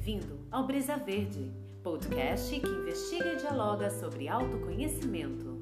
bem-vindo ao Brisa Verde, podcast que investiga e dialoga sobre autoconhecimento.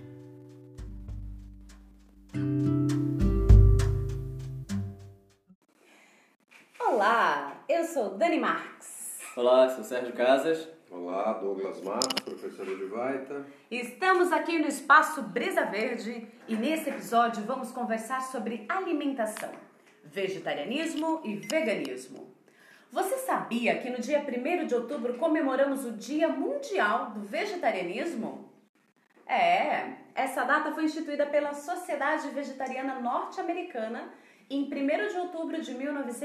Olá, eu sou Dani Marques. Olá, sou Sérgio Casas. Olá, Douglas Matos, professor Edivaita. Estamos aqui no Espaço Brisa Verde e nesse episódio vamos conversar sobre alimentação, vegetarianismo e veganismo. Você sabia que no dia 1º de outubro comemoramos o Dia Mundial do Vegetarianismo? Essa data foi instituída pela Sociedade Vegetariana Norte-Americana em 1º de outubro de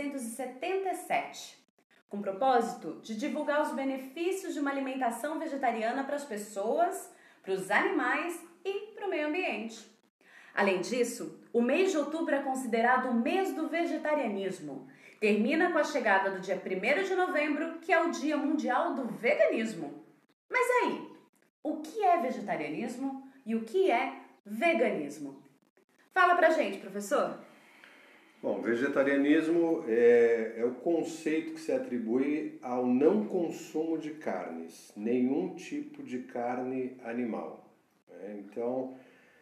1977, com o propósito de divulgar os benefícios de uma alimentação vegetariana para as pessoas, para os animais e para o meio ambiente. Além disso, o mês de outubro é considerado o mês do vegetarianismo. Termina com a chegada do dia 1º de novembro, que é o Dia Mundial do Veganismo. Mas aí, o que é vegetarianismo e o que é veganismo? Fala pra gente, professor. Bom, vegetarianismo é o conceito que se atribui ao não consumo de carnes, nenhum tipo de carne animal. Então,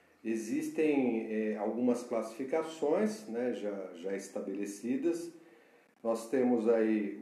existem algumas classificações, né, já estabelecidas. Nós temos aí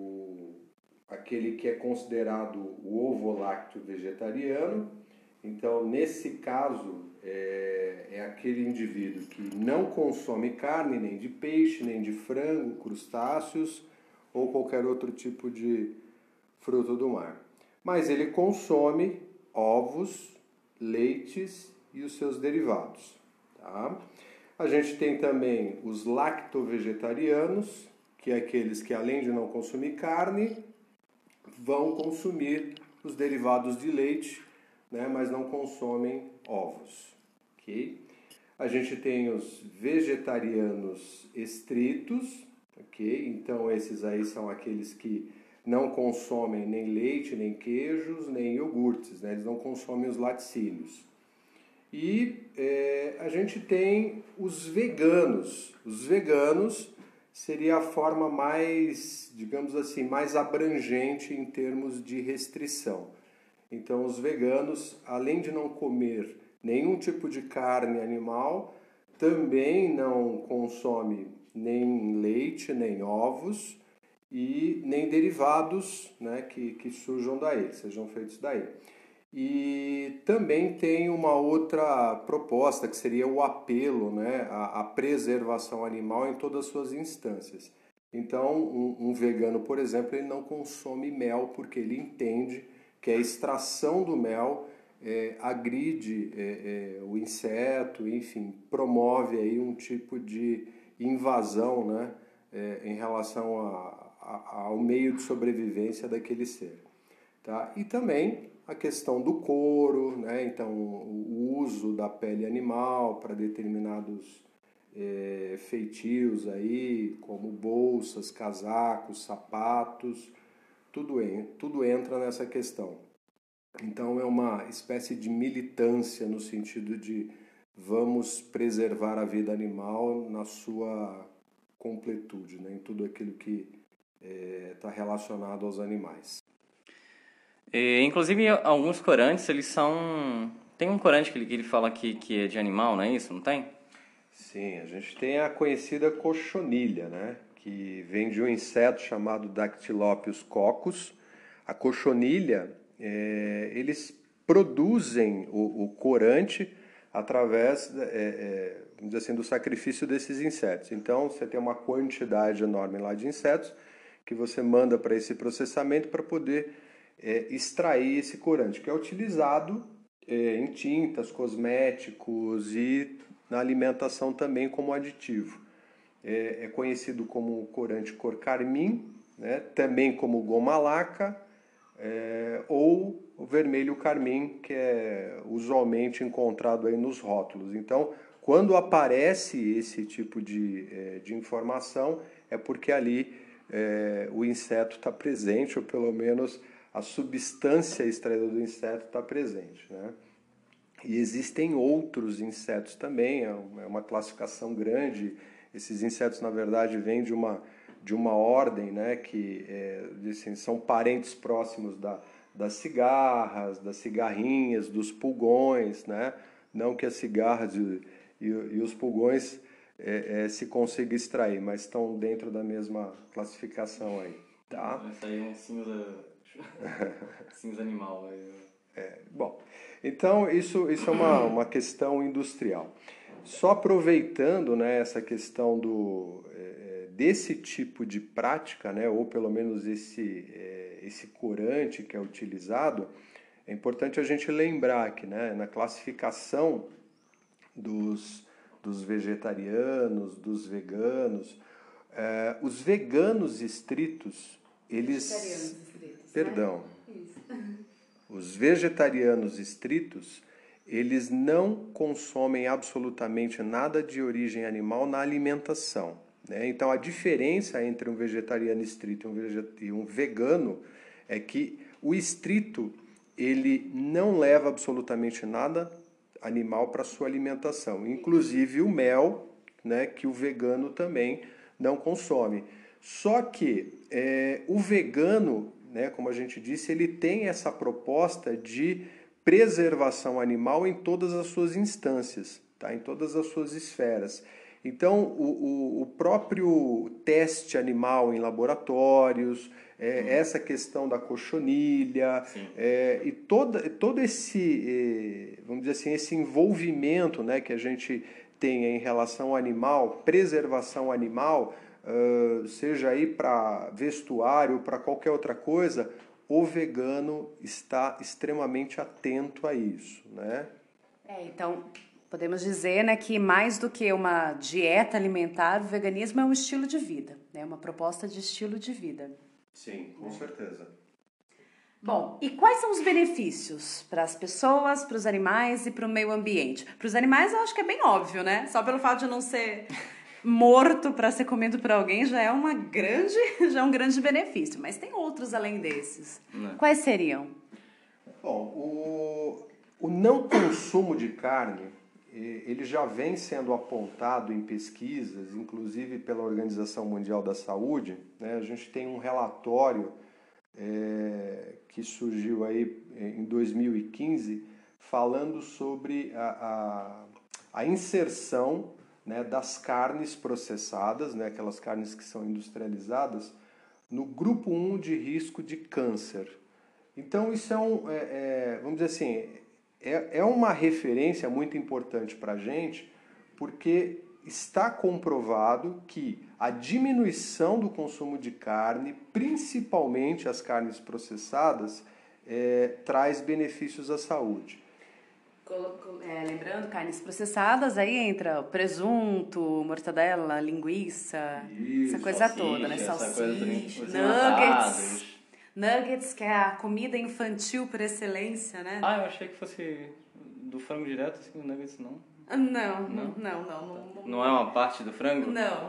aquele que é considerado o ovo-lácteo vegetariano. Então, nesse caso, é aquele indivíduo que não consome carne, nem de peixe, nem de frango, crustáceos ou qualquer outro tipo de fruto do mar. Mas ele consome ovos, leites e os seus derivados. Tá? A gente tem também os lacto-vegetarianos, que é aqueles que, além de não consumir carne, vão consumir os derivados de leite, né, mas não consomem ovos. Okay? A gente tem os vegetarianos estritos, okay? Então esses aí são aqueles que não consomem nem leite, nem queijos, nem iogurtes, né? Eles não consomem os laticínios. E a gente tem os veganos. Os veganos seria a forma mais, digamos assim, mais abrangente em termos de restrição. Então, os veganos, além de não comer nenhum tipo de carne animal, também não consome nem leite, nem ovos e nem derivados, né, que surjam daí, sejam feitos daí. E também tem uma outra proposta, que seria o apelo, né, à preservação animal em todas as suas instâncias. Então, um vegano, por exemplo, ele não consome mel porque ele entende que a extração do mel agride o inseto, enfim, promove aí um tipo de invasão, né, em relação ao meio de sobrevivência daquele ser. Tá? E também a questão do couro, né? Então o uso da pele animal para determinados feitios aí, como bolsas, casacos, sapatos, tudo entra nessa questão. Então é uma espécie de militância no sentido de vamos preservar a vida animal na sua completude, né? Em tudo aquilo que está relacionado aos animais. Inclusive, alguns corantes, eles são... Tem um corante que ele fala que é de animal, não é isso? Não tem? Sim, a gente tem a conhecida cochonilha, né? Que vem de um inseto chamado Dactylopius coccus. A cochonilha, eles produzem o corante através, vamos dizer assim, do sacrifício desses insetos. Então, você tem uma quantidade enorme lá de insetos que você manda para esse processamento para poder extrair esse corante, que é utilizado em tintas, cosméticos e na alimentação também como aditivo. É conhecido como corante cor carmim, né? Também como goma laca ou o vermelho carmim, que é usualmente encontrado aí nos rótulos. Então, quando aparece esse tipo de informação, é porque ali o inseto está presente, ou pelo menos a substância extraída do inseto está presente, né? E existem outros insetos também, é uma classificação grande. Esses insetos, na verdade, vêm de uma de uma ordem, né, que assim, são parentes próximos das cigarras, das cigarrinhas, dos pulgões, né? Não que as cigarras e os pulgões se consiga extrair, mas estão dentro da mesma classificação aí, tá? Essa aí é um cinza animal. Bom, então isso é uma questão industrial. Só aproveitando, né, essa questão desse tipo de prática, né, ou pelo menos esse corante que é utilizado, é importante a gente lembrar que, né, na classificação dos vegetarianos, dos veganos, os veganos estritos, eles... Vegetarianos estritos, Perdão. Né? Isso. Os vegetarianos estritos, eles não consomem absolutamente nada de origem animal na alimentação, né? Então, a diferença entre um vegetariano estrito e um vegano é que o estrito, ele não leva absolutamente nada animal para sua alimentação, inclusive o mel, né, que o vegano também não consome. Só que o vegano, né, como a gente disse, ele tem essa proposta de preservação animal em todas as suas instâncias, tá? Em todas as suas esferas. Então, o próprio teste animal em laboratórios, essa questão da cochonilha, e todo esse, vamos dizer assim, esse envolvimento, né, que a gente tem em relação ao animal, preservação animal, seja aí para vestuário, para qualquer outra coisa, o vegano está extremamente atento a isso, né? Então, podemos dizer, né, que mais do que uma dieta alimentar, o veganismo é um estilo de vida, né? Uma proposta de estilo de vida. Sim, com certeza. Bom, e quais são os benefícios para as pessoas, para os animais e para o meio ambiente? Para os animais eu acho que é bem óbvio, né? Só pelo fato de não ser morto para ser comido por alguém já é um grande benefício. Mas tem outros além desses. Quais seriam? Bom, o não consumo de carne, ele já vem sendo apontado em pesquisas, inclusive pela Organização Mundial da Saúde, né? A gente tem um relatório que surgiu aí em 2015 falando sobre a inserção, né, das carnes processadas, né, aquelas carnes que são industrializadas, no grupo 1 de risco de câncer. Então isso vamos dizer assim, é uma referência muito importante para a gente, porque está comprovado que a diminuição do consumo de carne, principalmente as carnes processadas, traz benefícios à saúde. Lembrando, carnes processadas, aí entra o presunto, mortadela, linguiça, essa coisa toda, né? Salsicha, nuggets, que é a comida infantil por excelência, né? Eu achei que fosse do frango direto, assim, o nuggets não. Não. Não é uma parte do frango? Não.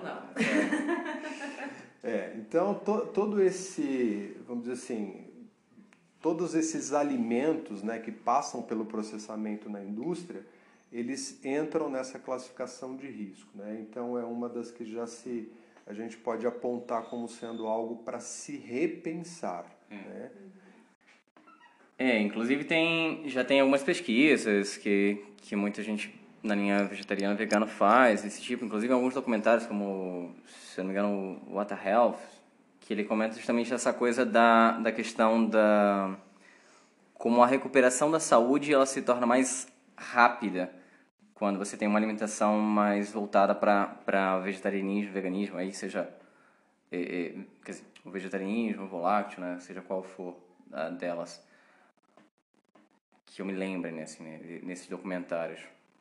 Então, todo esse, vamos dizer assim, todos esses alimentos, né, que passam pelo processamento na indústria, eles entram nessa classificação de risco, né? Então é uma das que a gente pode apontar como sendo algo para se repensar, né? Inclusive já tem algumas pesquisas que muita gente na linha vegetariana vegana faz, esse tipo, inclusive alguns documentários como, se eu não me engano, o What the Health, que ele comenta justamente essa coisa da questão como a recuperação da saúde ela se torna mais rápida quando você tem uma alimentação mais voltada para vegetarianismo, veganismo, aí seja quer dizer, o vegetarianismo, o volácteo, né, seja qual for delas, que eu me lembre nesses documentários.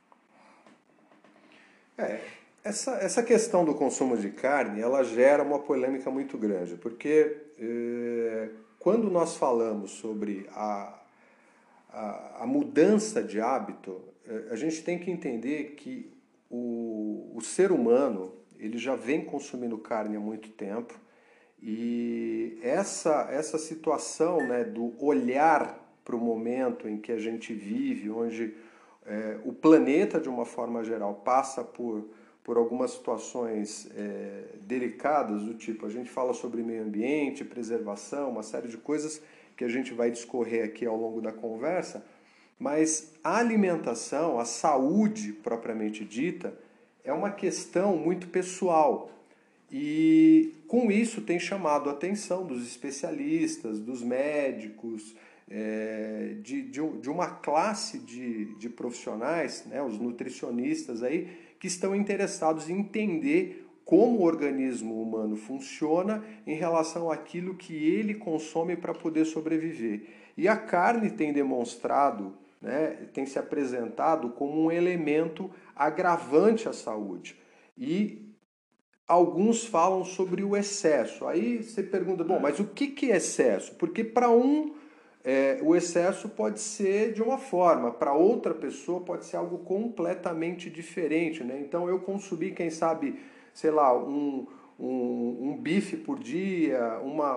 Essa questão do consumo de carne, ela gera uma polêmica muito grande, porque quando nós falamos sobre a mudança de hábito, a gente tem que entender que o ser humano ele já vem consumindo carne há muito tempo, e essa situação, né, do olhar para o momento em que a gente vive, onde o planeta, de uma forma geral, passa por por algumas situações delicadas, do tipo, a gente fala sobre meio ambiente, preservação, uma série de coisas que a gente vai discorrer aqui ao longo da conversa, mas a alimentação, a saúde propriamente dita, é uma questão muito pessoal. E com isso tem chamado a atenção dos especialistas, dos médicos, de uma classe de profissionais, né, os nutricionistas aí, que estão interessados em entender como o organismo humano funciona em relação àquilo que ele consome para poder sobreviver. E a carne tem demonstrado, né, tem se apresentado como um elemento agravante à saúde. E alguns falam sobre o excesso. Aí você pergunta, bom, mas o que é excesso? Porque para o excesso pode ser de uma forma, para outra pessoa pode ser algo completamente diferente, né? Então eu consumi, quem sabe, sei lá, um bife por dia,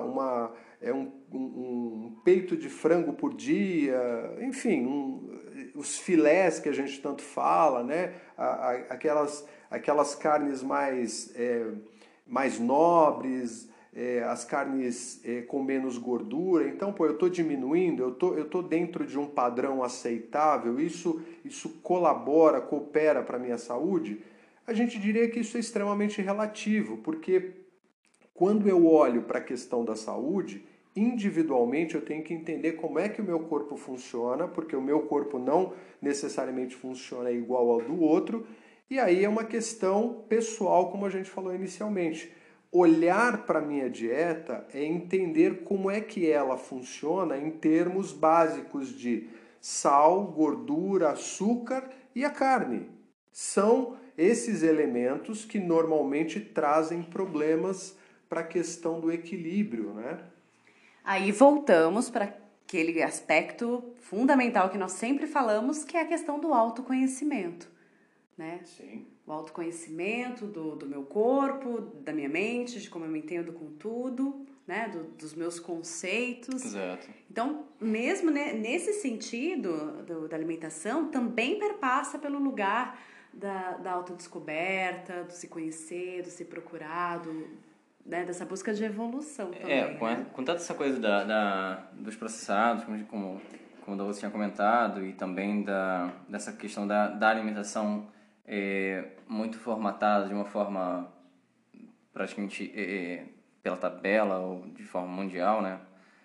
um peito de frango por dia, enfim, os filés que a gente tanto fala, né? Aquelas carnes mais nobres, as carnes com menos gordura. Então, eu estou diminuindo, eu tô dentro de um padrão aceitável, isso colabora, coopera para a minha saúde? A gente diria que isso é extremamente relativo, porque quando eu olho para a questão da saúde, individualmente eu tenho que entender como é que o meu corpo funciona, porque o meu corpo não necessariamente funciona igual ao do outro, e aí é uma questão pessoal, como a gente falou inicialmente. Olhar para a minha dieta é entender como é que ela funciona em termos básicos de sal, gordura, açúcar e a carne. São esses elementos que normalmente trazem problemas para a questão do equilíbrio, né? Aí voltamos para aquele aspecto fundamental que nós sempre falamos, que é a questão do autoconhecimento, né? Sim. O autoconhecimento do meu corpo, da minha mente, de como eu me entendo com tudo, né? Dos meus conceitos. Exato. Então, mesmo nesse sentido da alimentação, também perpassa pelo lugar da autodescoberta, do se conhecer, do se procurar, né, dessa busca de evolução também. Com toda essa coisa dos processados, como o Douglas tinha comentado, e também dessa questão da alimentação muito formatada de uma forma praticamente pela tabela ou de forma mundial, né?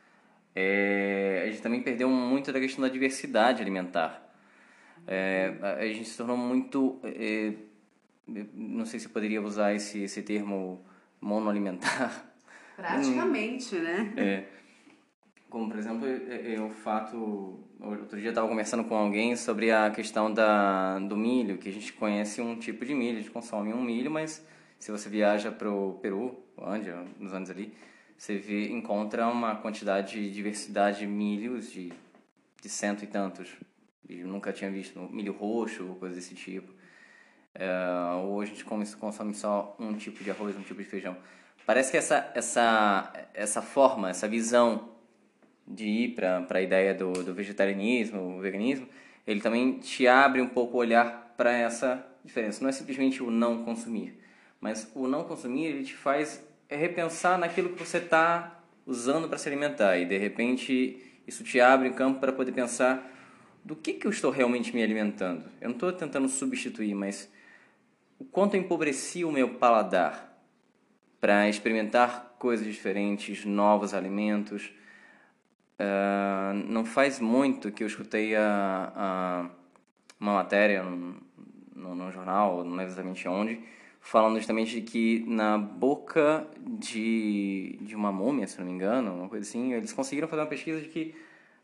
A gente também perdeu muito da questão da diversidade alimentar. A gente se tornou muito... não sei se eu poderia usar esse termo monoalimentar. Praticamente, né? Como, por exemplo, o fato... Outro dia eu estava conversando com alguém sobre a questão do milho, que a gente conhece um tipo de milho, a gente consome um milho, mas se você viaja para o Peru, Ândia, nos Andes ali, você encontra uma quantidade de diversidade de milhos de cento e tantos. Eu nunca tinha visto milho roxo ou coisa desse tipo. Ou a gente consome só um tipo de arroz, um tipo de feijão. Parece que essa forma, essa visão de ir para a ideia do vegetarianismo, o veganismo, ele também te abre um pouco o olhar para essa diferença. Não é simplesmente o não consumir, mas o não consumir ele te faz repensar naquilo que você está usando para se alimentar, e de repente isso te abre um campo para poder pensar do que eu estou realmente me alimentando. Eu não estou tentando substituir, mas o quanto eu empobreci o meu paladar para experimentar coisas diferentes, novos alimentos. Não faz muito que eu escutei uma matéria no jornal, não lembro exatamente onde, falando justamente de que na boca de uma múmia, se não me engano, uma coisa assim, eles conseguiram fazer uma pesquisa de que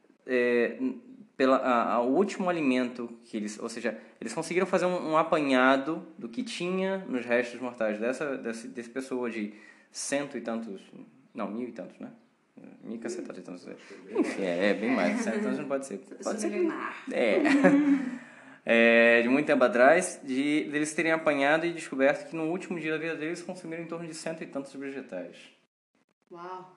o último alimento que ou seja, eles conseguiram fazer um apanhado do que tinha nos restos mortais dessa pessoa de cento e tantos, não, 1000 e tantos, né? 1000 e tantos. Enfim, bem mais. 100 anos não pode ser. Pode ser. De muito tempo atrás, deles terem apanhado e descoberto que no último dia da vida deles consumiram em torno de cento e tantos vegetais. Uau!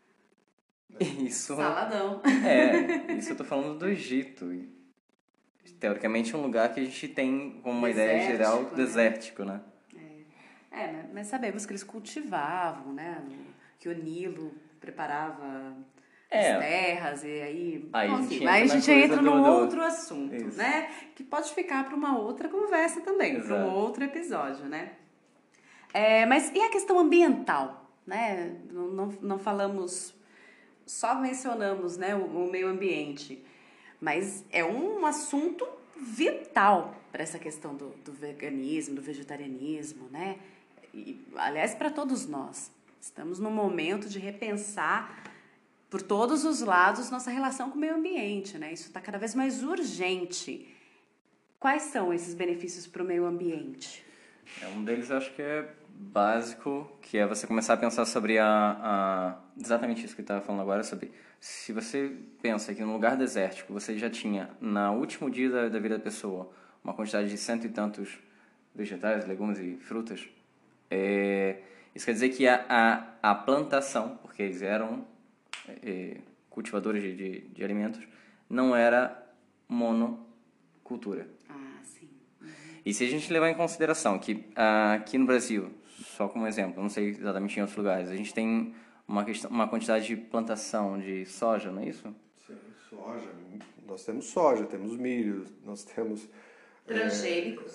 Isso. Saladão. Isso eu tô falando do Egito. teoricamente, um lugar que a gente tem como uma Desértico, ideia geral né? desértico, né? Mas sabemos que eles cultivavam, né? Que o Nilo preparava as terras e aí... Aí Bom, a gente assim, entra aí a na gente coisa entra num do- outro assunto, Isso. né? Que pode ficar para uma outra conversa também, para um Exato. outro episódio, né? Mas e a questão ambiental, né? Não falamos, só mencionamos, né, o meio ambiente, mas é um assunto vital para essa questão do veganismo, do vegetarianismo, né? E, aliás, para todos nós. Estamos num momento de repensar por todos os lados nossa relação com o meio ambiente, né? Isso está cada vez mais urgente. Quais são esses benefícios para o meio ambiente? Um deles eu acho que é básico, que é você começar a pensar sobre exatamente isso que eu estava falando agora, sobre se você pensa que num lugar desértico você já tinha, no último dia da vida da pessoa, uma quantidade de 100 e tantos vegetais, legumes e frutas, isso quer dizer que a plantação, porque eles eram cultivadores de alimentos, não era monocultura. Ah, sim. E se a gente levar em consideração que aqui no Brasil, só como exemplo, não sei exatamente em outros lugares, a gente tem uma quantidade de plantação de soja, não é isso? Sim, soja. Nós temos soja, temos milho, nós temos... Transgênicos.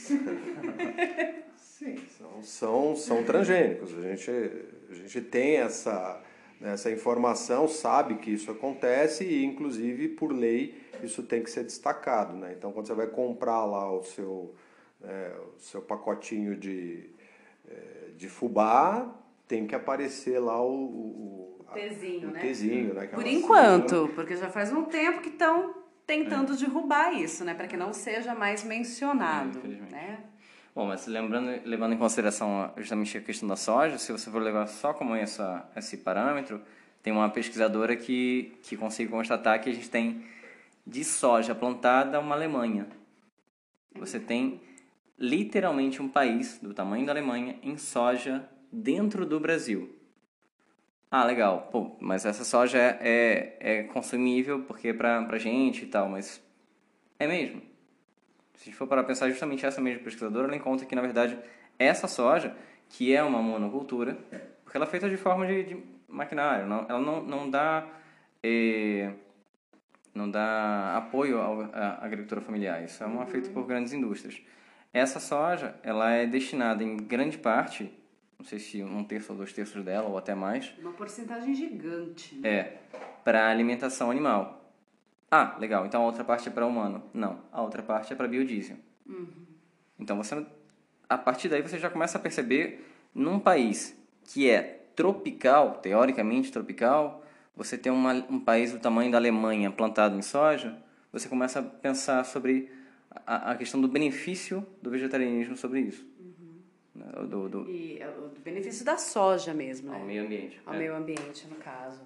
Sim, são transgênicos. A gente tem essa informação, sabe que isso acontece e, inclusive, por lei, isso tem que ser destacado, né? Então, quando você vai comprar lá o seu pacotinho de fubá, tem que aparecer lá o Tezinho, né? tezinho, né? Por enquanto, porque já faz um tempo que estão tentando derrubar isso, né? Para que não seja mais mencionado, Infelizmente. né? Bom, mas levando em consideração justamente a questão da soja, se você for levar só como esse parâmetro, tem uma pesquisadora que consegue constatar que a gente tem de soja plantada uma Alemanha. Você tem literalmente um país do tamanho da Alemanha em soja dentro do Brasil. Ah, legal. Pô, mas essa soja é consumível porque é pra gente e tal, mas é mesmo? Se a gente for para pensar, justamente essa mesma pesquisadora, ela encontra que, na verdade, essa soja, que é uma monocultura, porque ela é feita de forma de maquinário, ela não dá apoio à agricultura familiar, isso é feito por grandes indústrias. Essa soja, ela é destinada em grande parte, não sei se 1/3 ou 2/3 dela, ou até mais, Uma porcentagem gigante. Né? para alimentação animal. Ah, legal, então a outra parte é para humano. Não, a outra parte é para biodiesel. Então, a partir daí você já começa a perceber, num país que é tropical, teoricamente tropical, você tem um país do tamanho da Alemanha plantado em soja, você começa a pensar sobre a questão do benefício do vegetarianismo sobre isso. E o benefício da soja mesmo, né? Ao meio ambiente. Ao meio ambiente, no caso.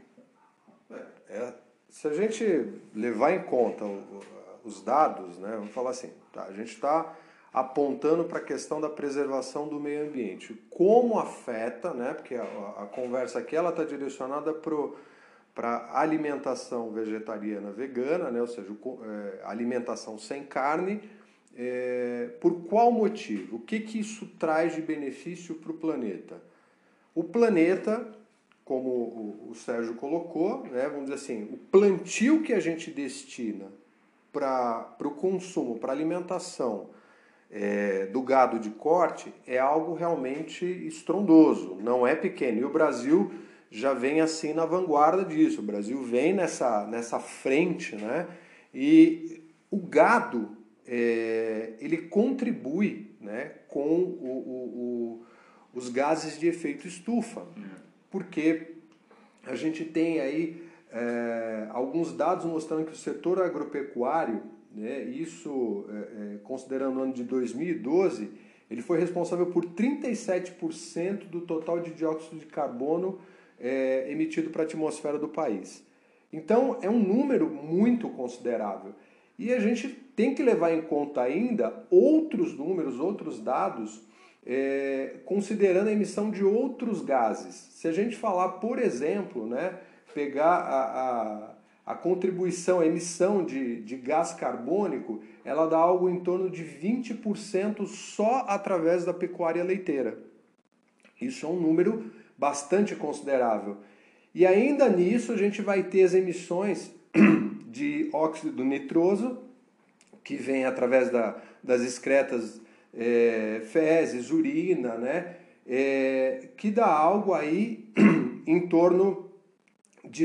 Se a gente levar em conta os dados, né, vamos falar assim, tá, a gente está apontando para a questão da preservação do meio ambiente. Como afeta, né, porque a conversa aqui está direcionada para alimentação vegetariana vegana, né, ou seja, alimentação sem carne. Por qual motivo? O que isso traz de benefício para o planeta? O planeta, como o Sérgio colocou, né, vamos dizer assim, o plantio que a gente destina para o consumo, para a alimentação do gado de corte é algo realmente estrondoso, não é pequeno. E o Brasil já vem assim na vanguarda disso, o Brasil vem nessa frente, né? E o gado, ele contribui, né, com os gases de efeito estufa, porque a gente tem aí alguns dados mostrando que o setor agropecuário, né, isso considerando o ano de 2012, ele foi responsável por 37% do total de dióxido de carbono emitido para a atmosfera do país. Então é um número muito considerável. E a gente tem que levar em conta ainda outros números, outros dados, considerando a emissão de outros gases. Se a gente falar, por exemplo, né, pegar a contribuição, a emissão de gás carbônico, ela dá algo em torno de 20% só através da pecuária leiteira. Isso é um número bastante considerável. E ainda nisso a gente vai ter as emissões de óxido nitroso, que vem através das excretas fezes, urina, né? Que dá algo aí em torno de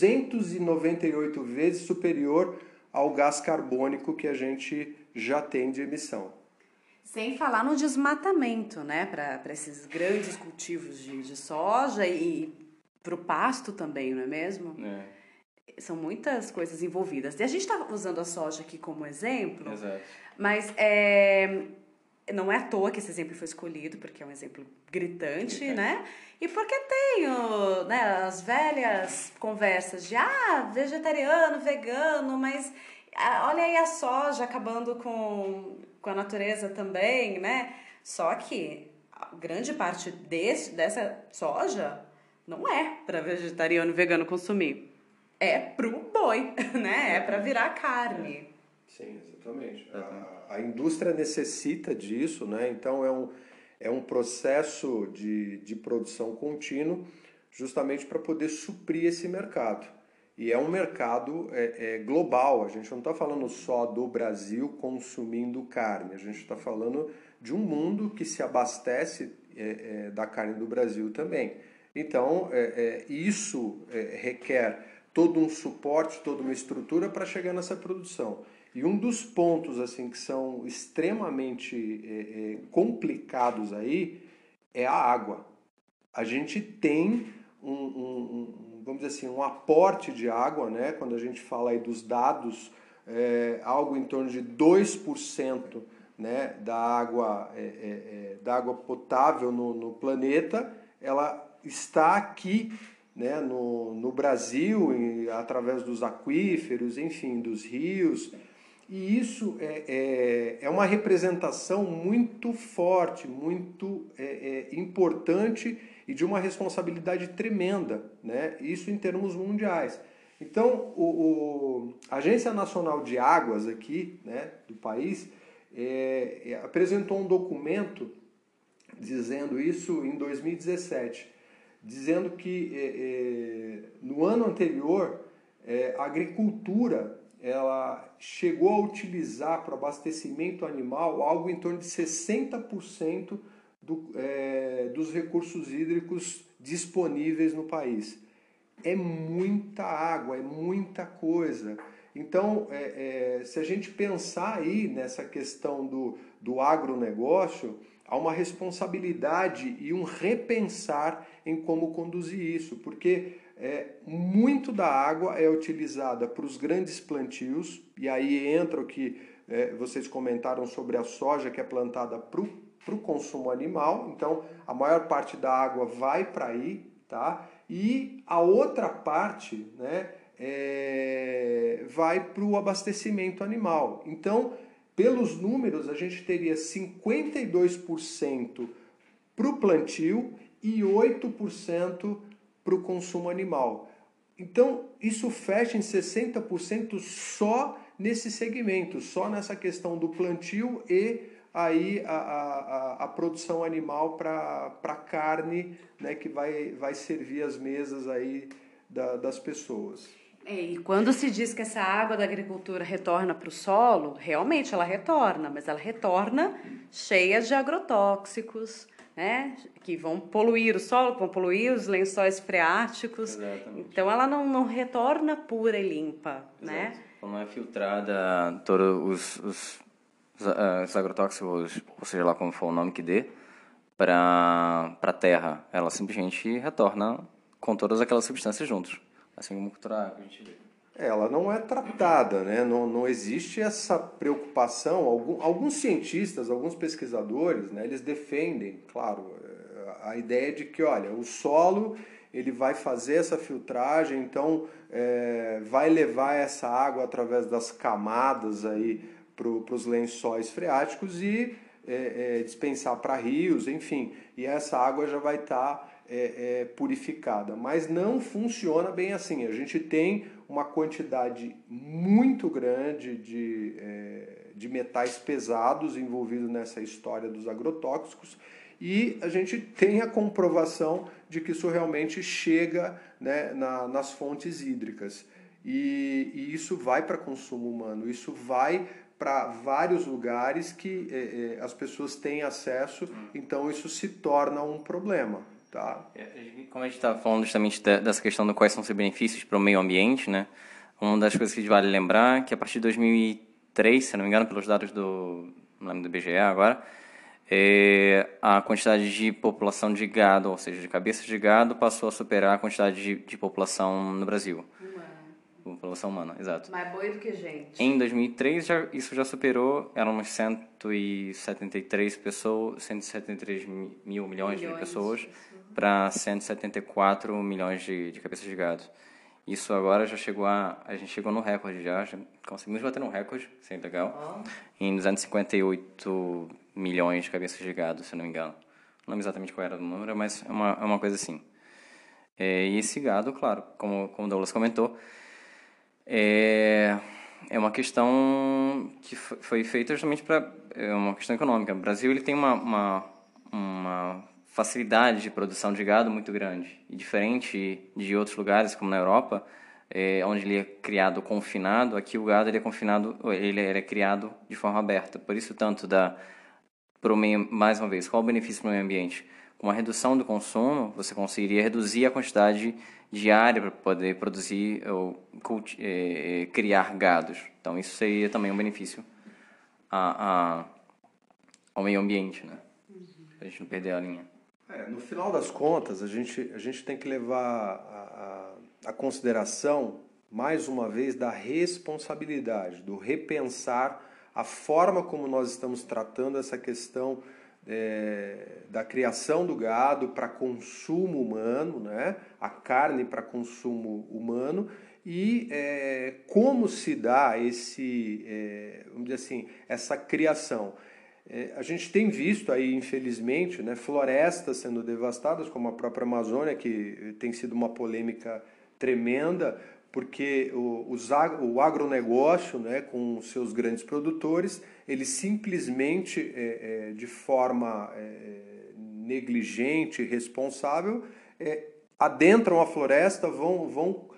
298 vezes superior ao gás carbônico que a gente já tem de emissão. Sem falar no desmatamento, né? Para esses grandes cultivos de soja e para o pasto também, não é mesmo? São muitas coisas envolvidas. E a gente está usando a soja aqui como exemplo, Exato. mas não é à toa que esse exemplo foi escolhido, porque é um exemplo gritante, né? E porque tem as velhas conversas de vegetariano, vegano, mas olha aí a soja acabando com a natureza também, né? Só que a grande parte dessa soja não é para vegetariano e vegano consumir. É pro boi, né? É para virar carne. Sim, exatamente. A indústria necessita disso, né? Então é um processo de produção contínuo justamente para poder suprir esse mercado. E é um mercado global, a gente não está falando só do Brasil consumindo carne, a gente está falando de um mundo que se abastece da carne do Brasil também. Então, isso requer todo um suporte, toda uma estrutura para chegar nessa produção. E um dos pontos assim que são extremamente complicados aí é a água. A gente tem vamos dizer assim, um aporte de água, né? Quando a gente fala aí dos dados, algo em torno de 2%, né, da água potável no planeta, ela está aqui, né, no Brasil, através dos aquíferos, enfim, dos rios. E isso é uma representação muito forte, muito importante e de uma responsabilidade tremenda, né? Isso em termos mundiais. Então, a Agência Nacional de Águas aqui, né, do país apresentou um documento dizendo isso em 2017, dizendo que no ano anterior a agricultura ela chegou a utilizar para abastecimento animal algo em torno de 60% dos recursos hídricos disponíveis no país. É muita água, é muita coisa. Então, se a gente pensar aí nessa questão do agronegócio, há uma responsabilidade e um repensar em como conduzir isso, porque muito da água é utilizada para os grandes plantios, e aí entra o que vocês comentaram sobre a soja que é plantada para o consumo animal, então a maior parte da água vai para aí, tá? E a outra parte, né, vai para o abastecimento animal. Então, pelos números, a gente teria 52% para o plantio e 8% para o consumo animal. Então, isso fecha em 60% só nesse segmento, só nessa questão do plantio e aí a produção animal para carne, né, que vai servir as mesas aí das pessoas. E quando se diz que essa água da agricultura retorna para o solo, realmente ela retorna, mas ela retorna cheia de agrotóxicos, né, que vão poluir o solo, que vão poluir os lençóis freáticos. Exatamente. Então ela não retorna pura e limpa, né? Então não é filtrada todos os agrotóxicos, ou seja lá como for o nome que dê, para a terra. Ela simplesmente retorna com todas aquelas substâncias juntos, assim como cultura que a gente vê. Ela não é tratada, né? Não existe essa preocupação. Alguns cientistas, alguns pesquisadores, né, eles defendem, claro, a ideia de que, olha, o solo ele vai fazer essa filtragem, então vai levar essa água através das camadas aí para os lençóis freáticos e dispensar para rios, enfim, e essa água já vai estar purificada, mas não funciona bem assim. A gente tem uma quantidade muito grande de metais pesados envolvidos nessa história dos agrotóxicos, e a gente tem a comprovação de que isso realmente chega, né, nas fontes hídricas. E isso vai para consumo humano, isso vai para vários lugares que as pessoas têm acesso, então isso se torna um problema. Tá? Como a gente está falando justamente dessa questão de quais são os benefícios para o meio ambiente, né? Uma das coisas que vale lembrar é que a partir de 2003, se não me engano, pelos dados não lembro do IBGE agora, a quantidade de população de gado, ou seja, de cabeças de gado, passou a superar a quantidade de população no Brasil. População humana, exato. Mais boi do que gente. Em 2003, isso já superou, eram umas 173 mil milhões de pessoas, para 174 milhões de cabeças de gado. Isso agora já chegou a gente chegou no recorde já conseguimos bater um recorde, isso é legal, em 258 milhões de cabeças de gado, se não me engano. Não lembro exatamente qual era o número, mas é uma coisa assim. E esse gado, claro, como o Douglas comentou, é uma questão que foi feita justamente para uma questão econômica. O Brasil ele tem uma facilidade de produção de gado muito grande, e diferente de outros lugares como na Europa, onde ele é criado confinado, aqui o gado ele é confinado, ele é criado de forma aberta. Por isso tanto mais uma vez, qual o benefício para o meio ambiente? Com a redução do consumo, você conseguiria reduzir a quantidade de área para poder produzir ou criar gados. Então, isso seria também um benefício ao meio ambiente, né? Para a gente não perder a linha. No final das contas, a gente tem que levar a consideração, mais uma vez, da responsabilidade, do repensar a forma como nós estamos tratando essa questão da criação do gado para consumo humano, né? A carne para consumo humano, e como se dá vamos dizer assim, essa criação. A gente tem visto aí, infelizmente, né, florestas sendo devastadas, como a própria Amazônia, que tem sido uma polêmica tremenda, porque o agronegócio, né, com seus grandes produtores, eles simplesmente, de forma negligente, irresponsável, adentram a floresta, vão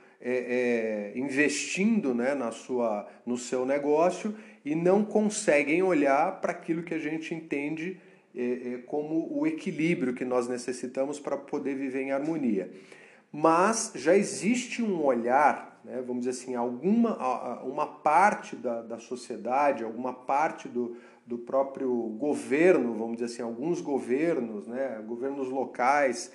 investindo, né, no seu negócio, e não conseguem olhar para aquilo que a gente entende como o equilíbrio que nós necessitamos para poder viver em harmonia. Mas já existe um olhar, né, vamos dizer assim, uma parte da sociedade, alguma parte do próprio governo, vamos dizer assim, alguns governos, né, governos locais,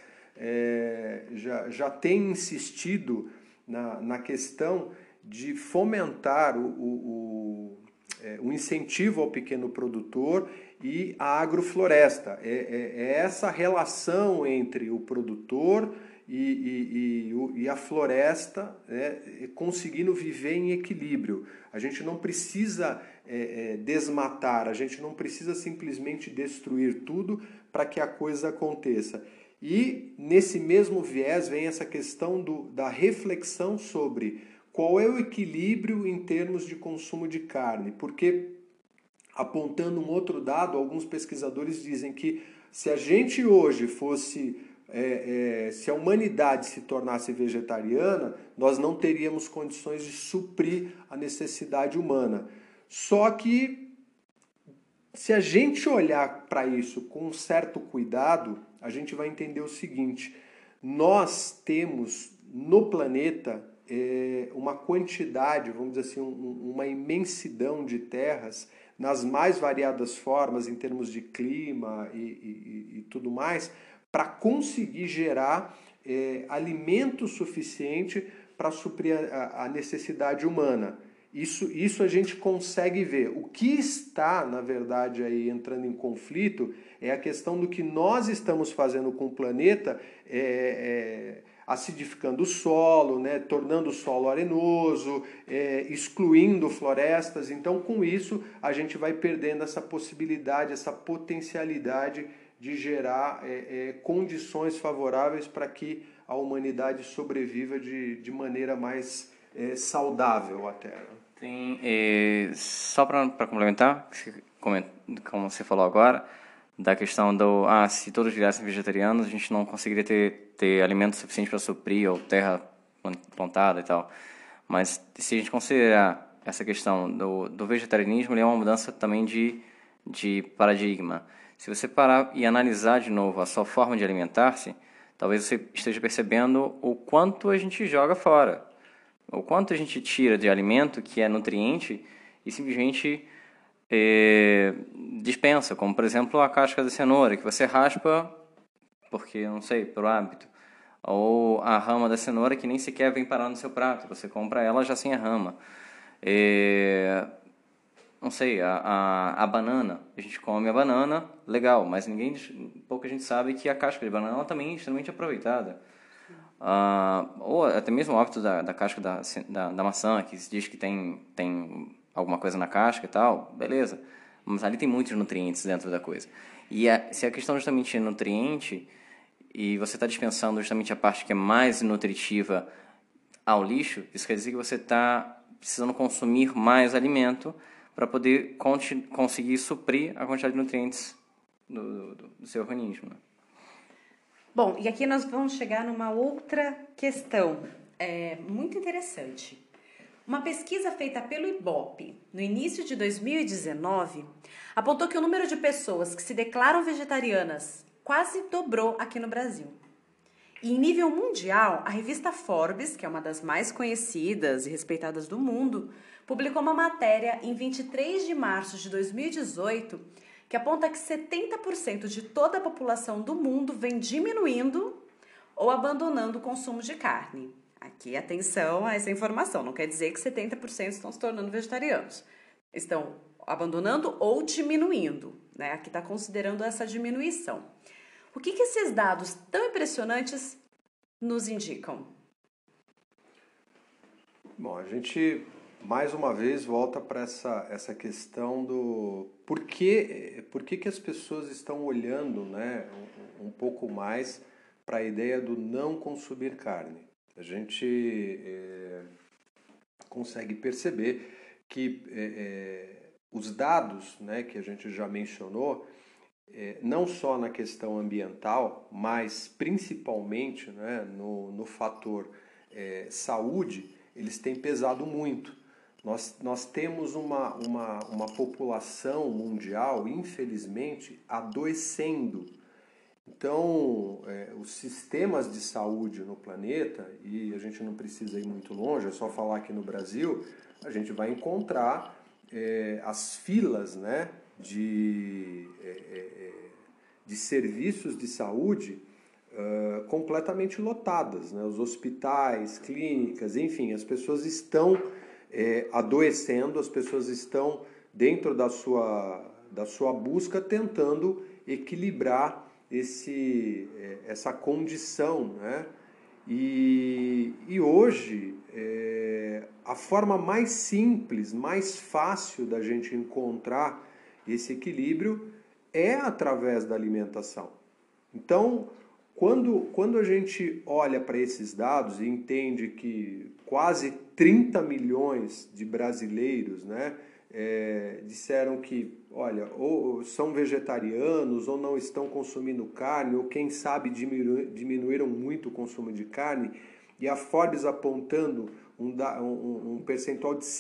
já têm insistido na questão de fomentar o incentivo ao pequeno produtor e a agrofloresta. É essa relação entre o produtor e a floresta, né, conseguindo viver em equilíbrio. A gente não precisa desmatar, a gente não precisa simplesmente destruir tudo para que a coisa aconteça. E nesse mesmo viés vem essa questão da reflexão sobre qual é o equilíbrio em termos de consumo de carne, porque, apontando um outro dado, alguns pesquisadores dizem que se a gente hoje fosse, se a humanidade se tornasse vegetariana, nós não teríamos condições de suprir a necessidade humana. Só que, se a gente olhar para isso com um certo cuidado, a gente vai entender o seguinte: nós temos no planeta uma quantidade, vamos dizer assim, uma imensidão de terras nas mais variadas formas em termos de clima e tudo mais, para conseguir gerar alimento suficiente para suprir a necessidade humana. Isso a gente consegue ver. O que está, na verdade, aí entrando em conflito é a questão do que nós estamos fazendo com o planeta, acidificando o solo, né, tornando o solo arenoso, excluindo florestas. Então, com isso, a gente vai perdendo essa possibilidade, essa potencialidade de gerar condições favoráveis para que a humanidade sobreviva de maneira mais saudável até. Né? Tem, só para complementar, como você falou agora, da questão do, se todos virassem vegetarianos, a gente não conseguiria ter alimento suficiente para suprir ou terra plantada e tal. Mas se a gente considerar essa questão do vegetarianismo, ele é uma mudança também de paradigma. Se você parar e analisar de novo a sua forma de alimentar-se, talvez você esteja percebendo o quanto a gente joga fora, o quanto a gente tira de alimento que é nutriente e simplesmente dispensa, como por exemplo a casca da cenoura, que você raspa porque, não sei, por hábito, ou a rama da cenoura que nem sequer vem parar no seu prato, você compra ela já sem a rama. Não sei, a banana, a gente come a banana, legal, mas pouca gente sabe que a casca de banana ela também é extremamente aproveitada. Ou até mesmo o hábito da casca da maçã, que se diz que tem alguma coisa na casca e tal, beleza, mas ali tem muitos nutrientes dentro da coisa. E se a questão justamente é nutriente, e você está dispensando justamente a parte que é mais nutritiva ao lixo, isso quer dizer que você está precisando consumir mais alimento para poder conseguir suprir a quantidade de nutrientes do seu organismo. Né? Bom, e aqui nós vamos chegar numa outra questão muito interessante. Uma pesquisa feita pelo Ibope no início de 2019 apontou que o número de pessoas que se declaram vegetarianas quase dobrou aqui no Brasil. E em nível mundial, a revista Forbes, que é uma das mais conhecidas e respeitadas do mundo, publicou uma matéria em 23 de março de 2018 que aponta que 70% de toda a população do mundo vem diminuindo ou abandonando o consumo de carne. Aqui, atenção a essa informação, não quer dizer que 70% estão se tornando vegetarianos. Estão abandonando ou diminuindo, né? Aqui está considerando essa diminuição. O que esses dados tão impressionantes nos indicam? Bom, a gente mais uma vez volta para essa questão do por que as pessoas estão olhando, né, um pouco mais para a ideia do não consumir carne. A gente consegue perceber que os dados, né, que a gente já mencionou, não só na questão ambiental, mas principalmente, né, no fator saúde, eles têm pesado muito. Nós temos uma população mundial, infelizmente, adoecendo. Então, os sistemas de saúde no planeta, e a gente não precisa ir muito longe, é só falar aqui no Brasil, a gente vai encontrar as filas, né, de serviços de saúde completamente lotadas, né? Os hospitais, clínicas, enfim, as pessoas estão adoecendo, as pessoas estão dentro da sua busca tentando equilibrar essa condição, né? E hoje a forma mais simples, mais fácil da gente encontrar esse equilíbrio é através da alimentação. Então, quando a gente olha para esses dados e entende que quase 30 milhões de brasileiros, né, disseram que, olha, ou são vegetarianos ou não estão consumindo carne, ou quem sabe diminuíram muito o consumo de carne, e a Forbes apontando um percentual de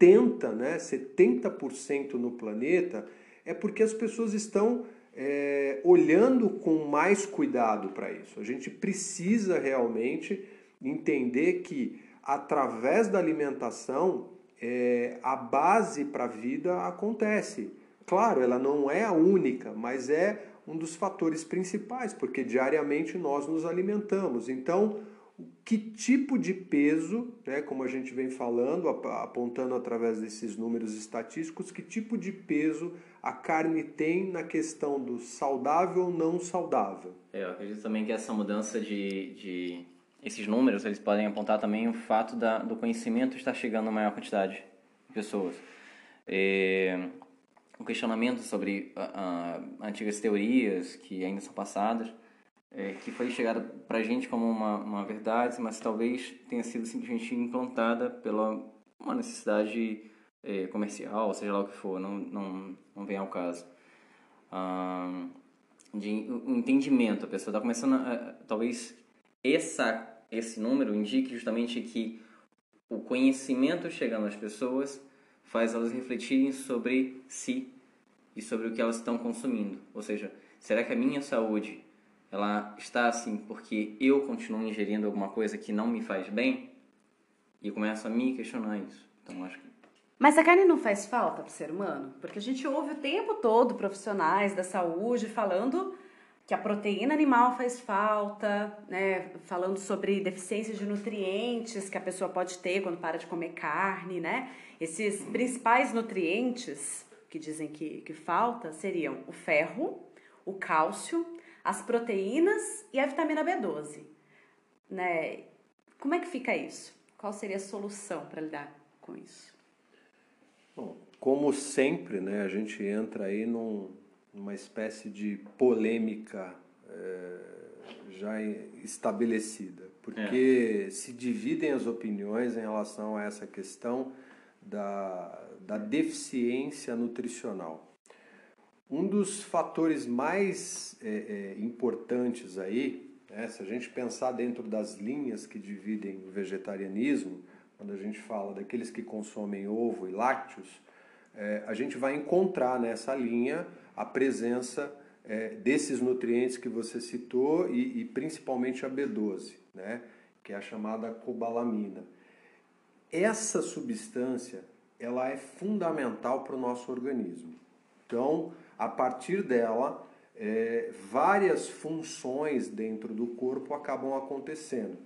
70% no planeta, é porque as pessoas estão olhando com mais cuidado para isso. A gente precisa realmente entender que, através da alimentação, a base para a vida acontece. Claro, ela não é a única, mas é um dos fatores principais, porque diariamente nós nos alimentamos. Então, que tipo de peso, né, como a gente vem falando, apontando através desses números estatísticos, que tipo de peso a carne tem na questão do saudável ou não saudável? Eu acredito também que essa mudança de esses números, eles podem apontar também o fato do conhecimento estar chegando a maior quantidade de pessoas. um questionamento sobre antigas teorias que ainda são passadas, que foi chegada para a gente como uma verdade, mas talvez tenha sido simplesmente implantada pela uma necessidade comercial, seja lá o que for, não vem ao caso. De um entendimento, a pessoa está começando talvez esse número indique justamente que o conhecimento chegando às pessoas faz elas refletirem sobre si e sobre o que elas estão consumindo. Ou seja, será que a minha saúde ela está assim porque eu continuo ingerindo alguma coisa que não me faz bem? E eu começo a me questionar isso. Então, acho que... Mas a carne não faz falta para o ser humano? Porque a gente ouve o tempo todo profissionais da saúde falando que a proteína animal faz falta, né? Falando sobre deficiência de nutrientes que a pessoa pode ter quando para de comer carne, né? Esses principais nutrientes que dizem que falta seriam o ferro, o cálcio, as proteínas e a vitamina B12, né? Como é que fica isso? Qual seria a solução para lidar com isso? Bom, como sempre, né, a gente entra aí numa espécie de polêmica já estabelecida, porque se dividem as opiniões em relação a essa questão da deficiência nutricional. Um dos fatores mais importantes aí, né, se a gente pensar dentro das linhas que dividem o vegetarianismo, quando a gente fala daqueles que consomem ovo e lácteos, a gente vai encontrar nessa linha a presença desses nutrientes que você citou e principalmente a B12, né, que é a chamada cobalamina. Essa substância ela é fundamental para o nosso organismo. Então, a partir dela, várias funções dentro do corpo acabam acontecendo.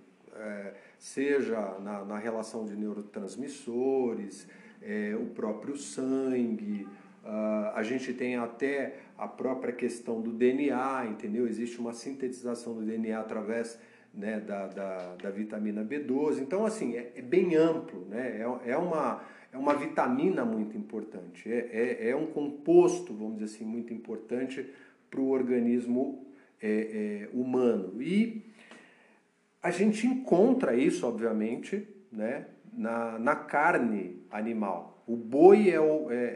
Seja na relação de neurotransmissores, o próprio sangue, a gente tem até a própria questão do DNA, entendeu? Existe uma sintetização do DNA através, né, da vitamina B12. Então, assim, é bem amplo, né? É uma vitamina muito importante, é um composto, vamos dizer assim, muito importante para o organismo humano. E a gente encontra isso, obviamente, né, na carne animal. O boi é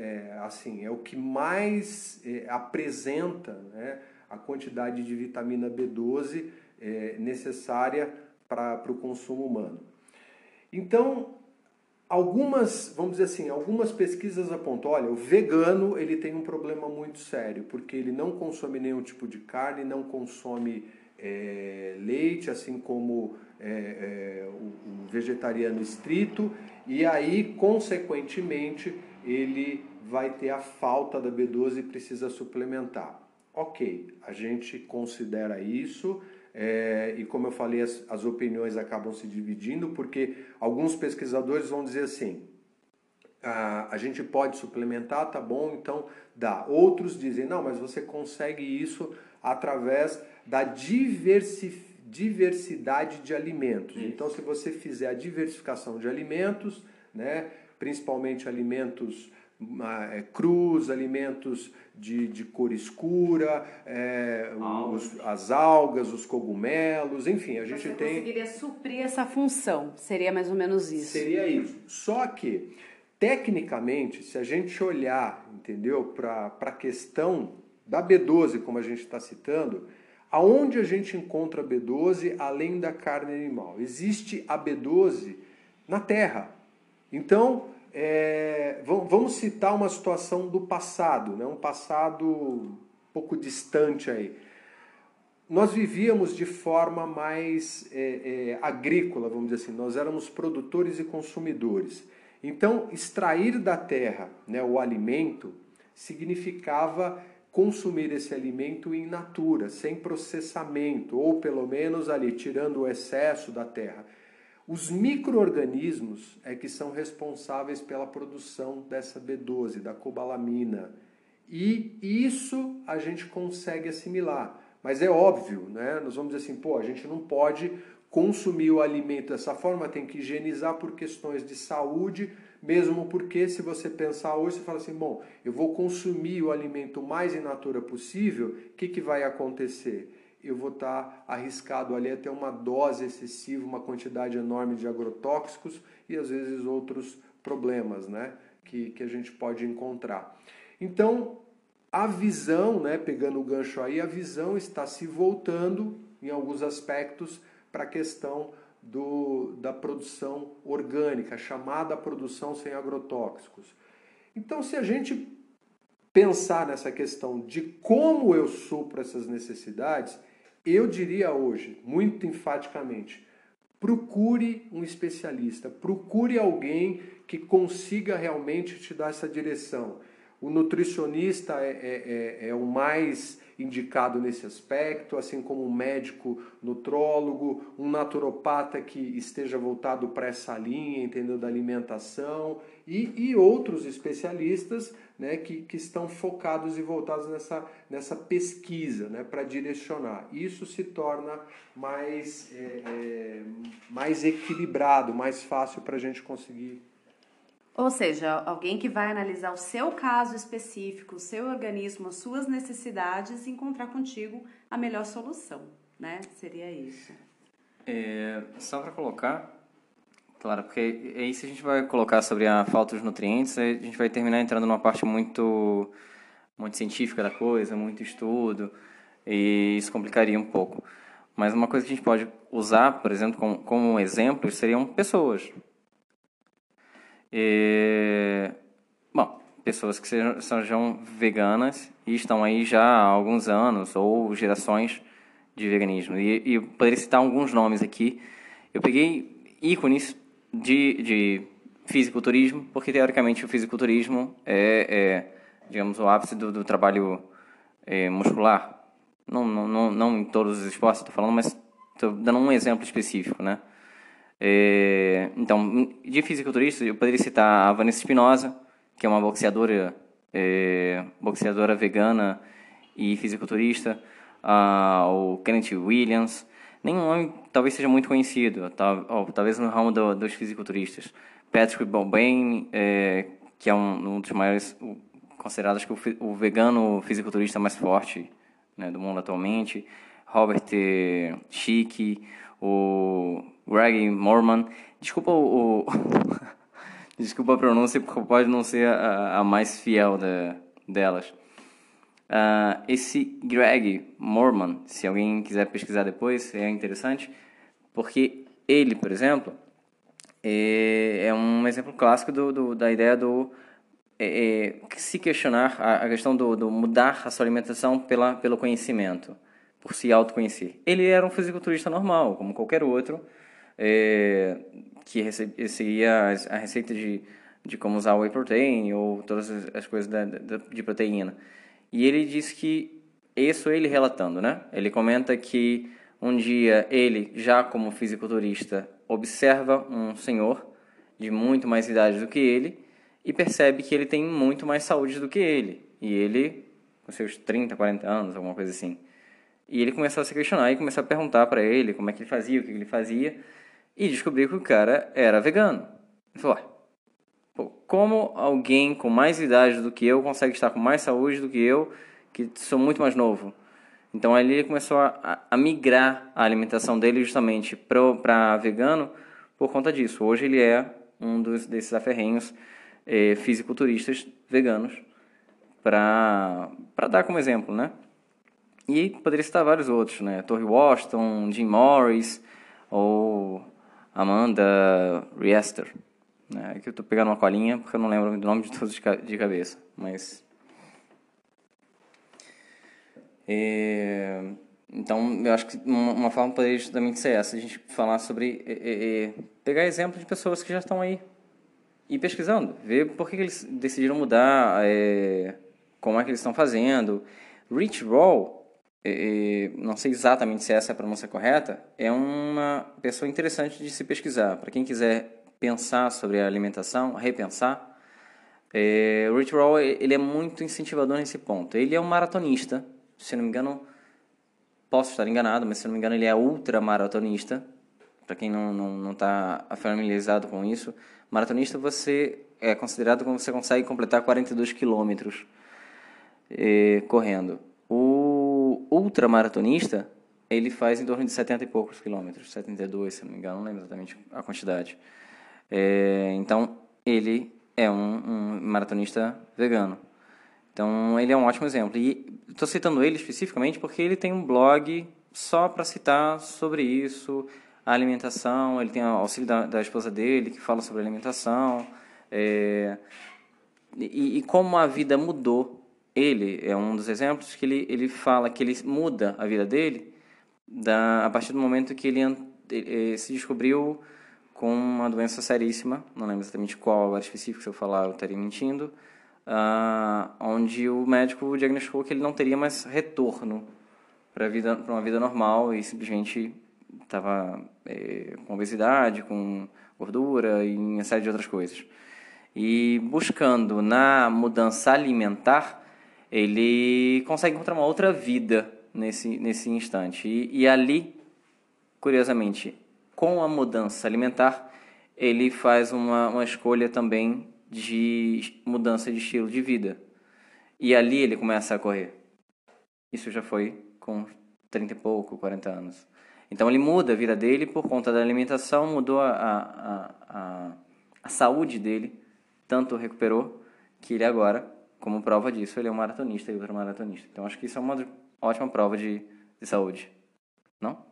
o que mais apresenta, né, a quantidade de vitamina B12 necessária para o consumo humano. Então, vamos dizer assim, algumas pesquisas apontam, olha, o vegano ele tem um problema muito sério, porque ele não consome nenhum tipo de carne, não consome leite, assim como o vegetariano estrito, e aí, consequentemente, ele vai ter a falta da B12 e precisa suplementar. Ok, a gente considera isso, e como eu falei, as opiniões acabam se dividindo, porque alguns pesquisadores vão dizer assim, a gente pode suplementar, tá bom, então dá. Outros dizem, não, mas você consegue isso através da diversidade de alimentos. Isso. Então, se você fizer a diversificação de alimentos, né, principalmente alimentos crus, alimentos de cor escura, as algas, os cogumelos, enfim, a gente tem... Você conseguiria suprir essa função, seria mais ou menos isso. Seria isso. Só que, tecnicamente, se a gente olhar, entendeu, para a questão da B12, como a gente está citando, aonde a gente encontra a B12 além da carne animal? Existe a B12 na terra. Então, vamos citar uma situação do passado, né? Um passado um pouco distante aí. Nós vivíamos de forma mais agrícola, vamos dizer assim, nós éramos produtores e consumidores. Então, extrair da terra, né, o alimento significava consumir esse alimento in natura, sem processamento, ou pelo menos ali, tirando o excesso da terra. Os micro-organismos é que são responsáveis pela produção dessa B12, da cobalamina. E isso a gente consegue assimilar. Mas é óbvio, né? Nós vamos dizer assim, a gente não pode consumir o alimento dessa forma, tem que higienizar por questões de saúde, mesmo porque se você pensar hoje, você fala assim, bom, eu vou consumir o alimento mais in natura possível, o que vai acontecer? Eu vou estar arriscado ali a ter uma dose excessiva, uma quantidade enorme de agrotóxicos e às vezes outros problemas, né, que a gente pode encontrar. Então, a visão, né, pegando o gancho aí, a visão está se voltando em alguns aspectos para a questão da produção orgânica, chamada produção sem agrotóxicos. Então, se a gente pensar nessa questão de como eu supro essas necessidades, eu diria hoje, muito enfaticamente, procure um especialista, procure alguém que consiga realmente te dar essa direção. O nutricionista é o mais indicado nesse aspecto, assim como um médico nutrólogo, um naturopata que esteja voltado para essa linha, entendeu, da alimentação, e outros especialistas, né, que estão focados e voltados nessa pesquisa, né, para direcionar. Isso se torna mais equilibrado, mais fácil para a gente conseguir. Ou seja, alguém que vai analisar o seu caso específico, o seu organismo, as suas necessidades e encontrar contigo a melhor solução, né? Seria isso. Só para colocar, claro, porque aí se a gente vai colocar sobre a falta de nutrientes, a gente vai terminar entrando numa parte muito científica da coisa, muito estudo, e isso complicaria um pouco. Mas uma coisa que a gente pode usar, por exemplo, como exemplos, seriam pessoas. Bom, pessoas que sejam veganas e estão aí já há alguns anos ou gerações de veganismo. E eu poderia citar alguns nomes aqui. Eu peguei ícones de fisiculturismo, porque teoricamente o fisiculturismo digamos, o ápice do trabalho muscular. Não em todos os esportes, estou falando, mas estou dando um exemplo específico, né? Então, de fisiculturista, eu poderia citar a Vanessa Espinosa, que é uma boxeadora vegana e fisiculturista, o Kenneth Williams, nenhum nome talvez seja muito conhecido, talvez no ramo dos fisiculturistas. Patrick Balbane, que é um dos maiores, considerados que o vegano fisiculturista mais forte, né, do mundo atualmente. Robert Schick, o Greg Morman. Desculpa desculpa a pronúncia, porque pode não ser a mais fiel delas. Esse Greg Morman, se alguém quiser pesquisar depois, é interessante, porque ele, por exemplo, é um exemplo clássico da ideia do se questionar a questão do mudar a sua alimentação pelo conhecimento, por se autoconhecer. Ele era um fisiculturista normal, como qualquer outro, que seguia a receita de como usar whey protein ou todas as coisas de proteína. E ele diz que, isso ele relatando, né? Ele comenta que um dia ele, já como fisiculturista, observa um senhor de muito mais idade do que ele e percebe que ele tem muito mais saúde do que ele. E ele, com seus 30, 40 anos, alguma coisa assim. E ele começou a se questionar e começou a perguntar para ele como é que ele fazia, o que ele fazia, e descobriu que o cara era vegano. Ele falou, como alguém com mais idade do que eu consegue estar com mais saúde do que eu, que sou muito mais novo? Então ali ele começou a migrar a alimentação dele justamente para vegano por conta disso. Hoje ele é um desses aferrenhos fisiculturistas veganos, para dar como exemplo, né? E poderia citar vários outros, né? Torre Washington, Jim Morris ou Amanda Riester. Aqui eu estou pegando uma colinha porque eu não lembro o nome de todos de cabeça, mas... Então, eu acho que uma forma poderia justamente ser essa, a gente falar sobre... pegar exemplos de pessoas que já estão aí e pesquisando, ver por que eles decidiram mudar, como é que eles estão fazendo. Rich Roll, não sei exatamente se essa é a pronúncia correta, é uma pessoa interessante de se pesquisar. Para quem quiser pensar sobre a alimentação, repensar, o Rich Roll ele é muito incentivador nesse ponto. Ele é um maratonista, se não me engano, posso estar enganado, mas se não me engano ele é ultramaratonista. Para quem não está familiarizado com isso, Maratonista, você é considerado como você consegue completar 42 quilômetros correndo. O ultramaratonista, ele faz em torno de 70 e poucos quilômetros, 72, se não me engano, não lembro exatamente a quantidade. Então, ele é um maratonista vegano. Então, ele é um ótimo exemplo. E estou citando ele especificamente porque ele tem um blog só para citar sobre isso, a alimentação. Ele tem o auxílio da esposa dele, que fala sobre alimentação. E como a vida mudou. Ele é um dos exemplos que ele fala que ele muda a vida dele a partir do momento que ele se descobriu com uma doença seríssima, não lembro exatamente qual agora específico, se eu falar eu estaria mentindo, onde o médico diagnosticou que ele não teria mais retorno para uma vida normal e simplesmente estava com obesidade, com gordura e uma série de outras coisas. E buscando na mudança alimentar, ele consegue encontrar uma outra vida nesse instante. E ali, curiosamente, com a mudança alimentar, ele faz uma escolha também de mudança de estilo de vida. E ali ele começa a correr. Isso já foi com 30 e pouco, 40 anos. Então ele muda a vida dele por conta da alimentação, mudou a saúde dele, tanto recuperou que ele agora, como prova disso, ele é um maratonista e ultramaratonista. Então acho que isso é uma ótima prova de saúde. Não?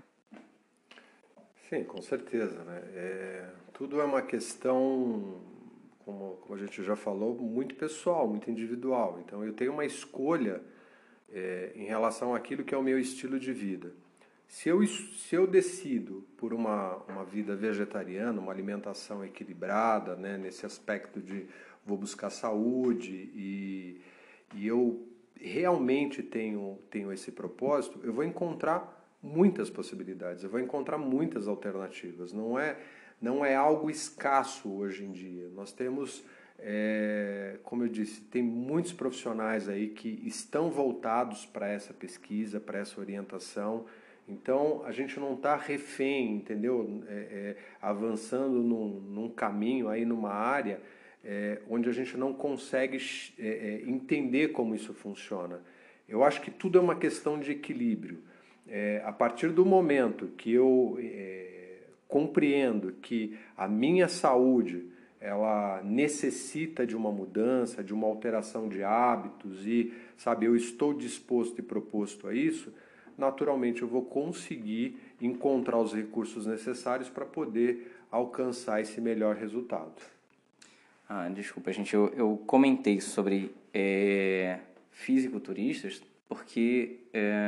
Sim, com certeza, né? Tudo é uma questão, como a gente já falou, muito pessoal, muito individual. Então eu tenho uma escolha em relação àquilo que é o meu estilo de vida. Se eu decido por uma vida vegetariana, uma alimentação equilibrada, né, nesse aspecto de vou buscar saúde e eu realmente tenho esse propósito, eu vou encontrar muitas possibilidades, eu vou encontrar muitas alternativas. Não é algo escasso hoje em dia. Nós temos, como eu disse, tem muitos profissionais aí que estão voltados para essa pesquisa, para essa orientação. Então, a gente não está refém, entendeu? Avançando num caminho, aí numa área onde a gente não consegue entender como isso funciona. Eu acho que tudo é uma questão de equilíbrio. A partir do momento que eu compreendo que a minha saúde ela necessita de uma mudança, de uma alteração de hábitos e, sabe, eu estou disposto e proposto a isso, naturalmente eu vou conseguir encontrar os recursos necessários para poder alcançar esse melhor resultado. Desculpa, gente, eu comentei sobre fisiculturistas porque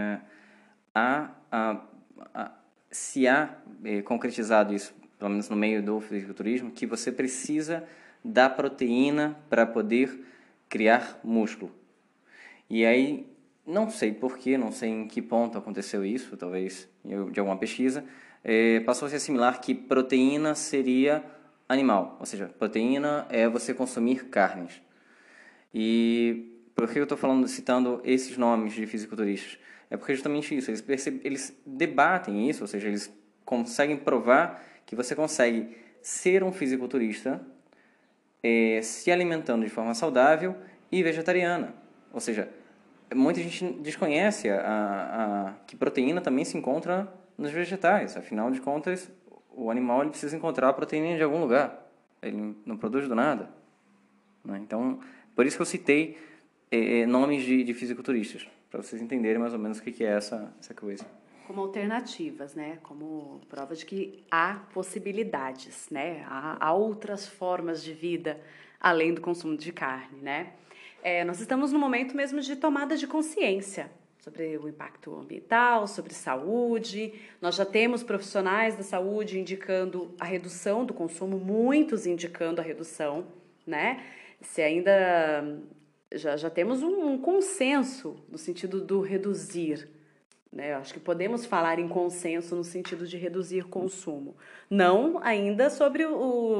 se há concretizado isso, pelo menos no meio do fisiculturismo, que você precisa da proteína para poder criar músculo. E aí, não sei porquê, não sei em que ponto aconteceu isso, talvez de alguma pesquisa, passou a se assimilar que proteína seria animal, ou seja, proteína é você consumir carnes. E por que eu estou citando esses nomes de fisiculturistas? É porque justamente isso, eles debatem isso, ou seja, eles conseguem provar que você consegue ser um fisiculturista se alimentando de forma saudável e vegetariana. Ou seja, muita gente desconhece que proteína também se encontra nos vegetais. Afinal de contas, o animal ele precisa encontrar a proteína de algum lugar. Ele não produz do nada. Né? Então, por isso que eu citei nomes de fisiculturistas, para vocês entenderem mais ou menos o que é essa coisa. Como alternativas, né? Como prova de que há possibilidades, né? Há outras formas de vida além do consumo de carne, né? Nós estamos no momento mesmo de tomada de consciência sobre o impacto ambiental, sobre saúde. Nós já temos profissionais da saúde indicando a redução do consumo, muitos indicando a redução, né? Se ainda já temos um consenso no sentido do reduzir, né? Eu acho que podemos falar em consenso no sentido de reduzir consumo. Não ainda sobre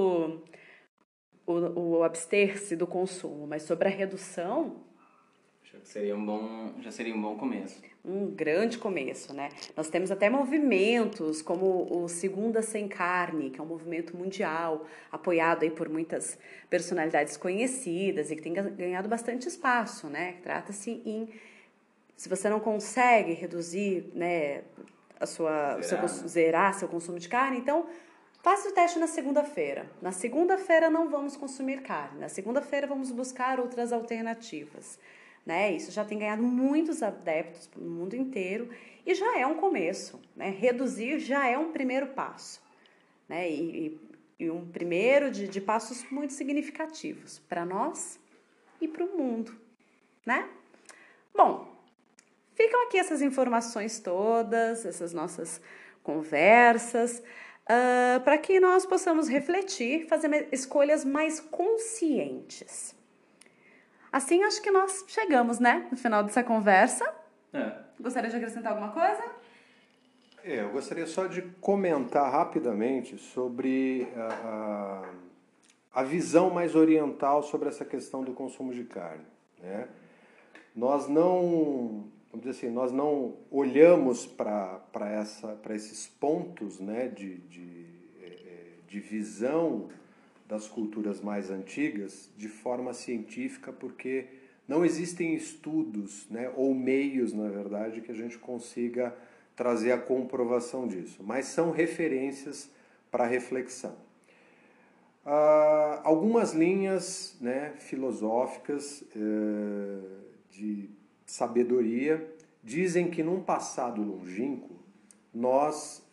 o abster-se do consumo, mas sobre a redução Já seria um bom começo. Um grande começo, né? Nós temos até movimentos como o Segunda Sem Carne, que é um movimento mundial, apoiado aí por muitas personalidades conhecidas e que tem ganhado bastante espaço, né? Trata-se em, se você não consegue reduzir, né, zerar seu consumo de carne, então faça o teste na segunda-feira. Na segunda-feira não vamos consumir carne, na segunda-feira vamos buscar outras alternativas. Né? Isso já tem ganhado muitos adeptos no mundo inteiro e já é um começo, né? Reduzir já é um primeiro passo, né? E um primeiro de passos muito significativos para nós e para o mundo, né? Bom, ficam aqui essas informações todas, essas nossas conversas, para que nós possamos refletir, fazer escolhas mais conscientes. Assim, acho que nós chegamos, né? No final dessa conversa. Gostaria de acrescentar alguma coisa? Eu gostaria só de comentar rapidamente sobre a visão mais oriental sobre essa questão do consumo de carne, né? Nós não, vamos dizer assim, nós não olhamos para esses pontos, né, de visão das culturas mais antigas de forma científica, porque não existem estudos, né, ou meios, na verdade, que a gente consiga trazer a comprovação disso, mas são referências para reflexão. Algumas linhas, né, filosóficas de sabedoria dizem que num passado longínquo nós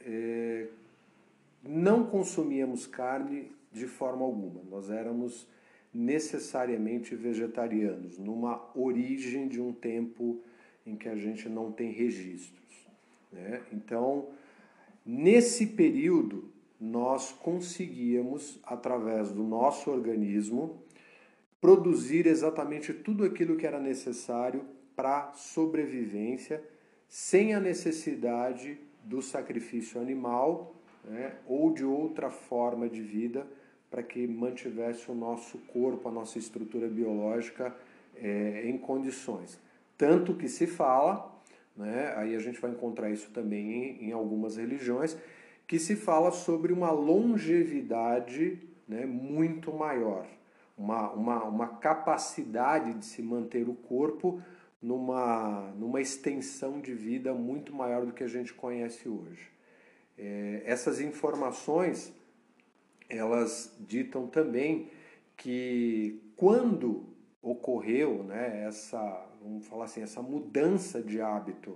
não consumíamos carne de forma alguma. Nós éramos necessariamente vegetarianos, numa origem de um tempo em que a gente não tem registros, né? Então, nesse período, nós conseguíamos, através do nosso organismo, produzir exatamente tudo aquilo que era necessário para a sobrevivência, sem a necessidade do sacrifício animal, né, ou de outra forma de vida, para que mantivesse o nosso corpo, a nossa estrutura biológica em condições. Tanto que se fala, né, aí a gente vai encontrar isso também em algumas religiões, que se fala sobre uma longevidade, né, muito maior, uma capacidade de se manter o corpo numa extensão de vida muito maior do que a gente conhece hoje. Essas informações, elas ditam também que quando ocorreu, né, vamos falar assim, essa mudança de hábito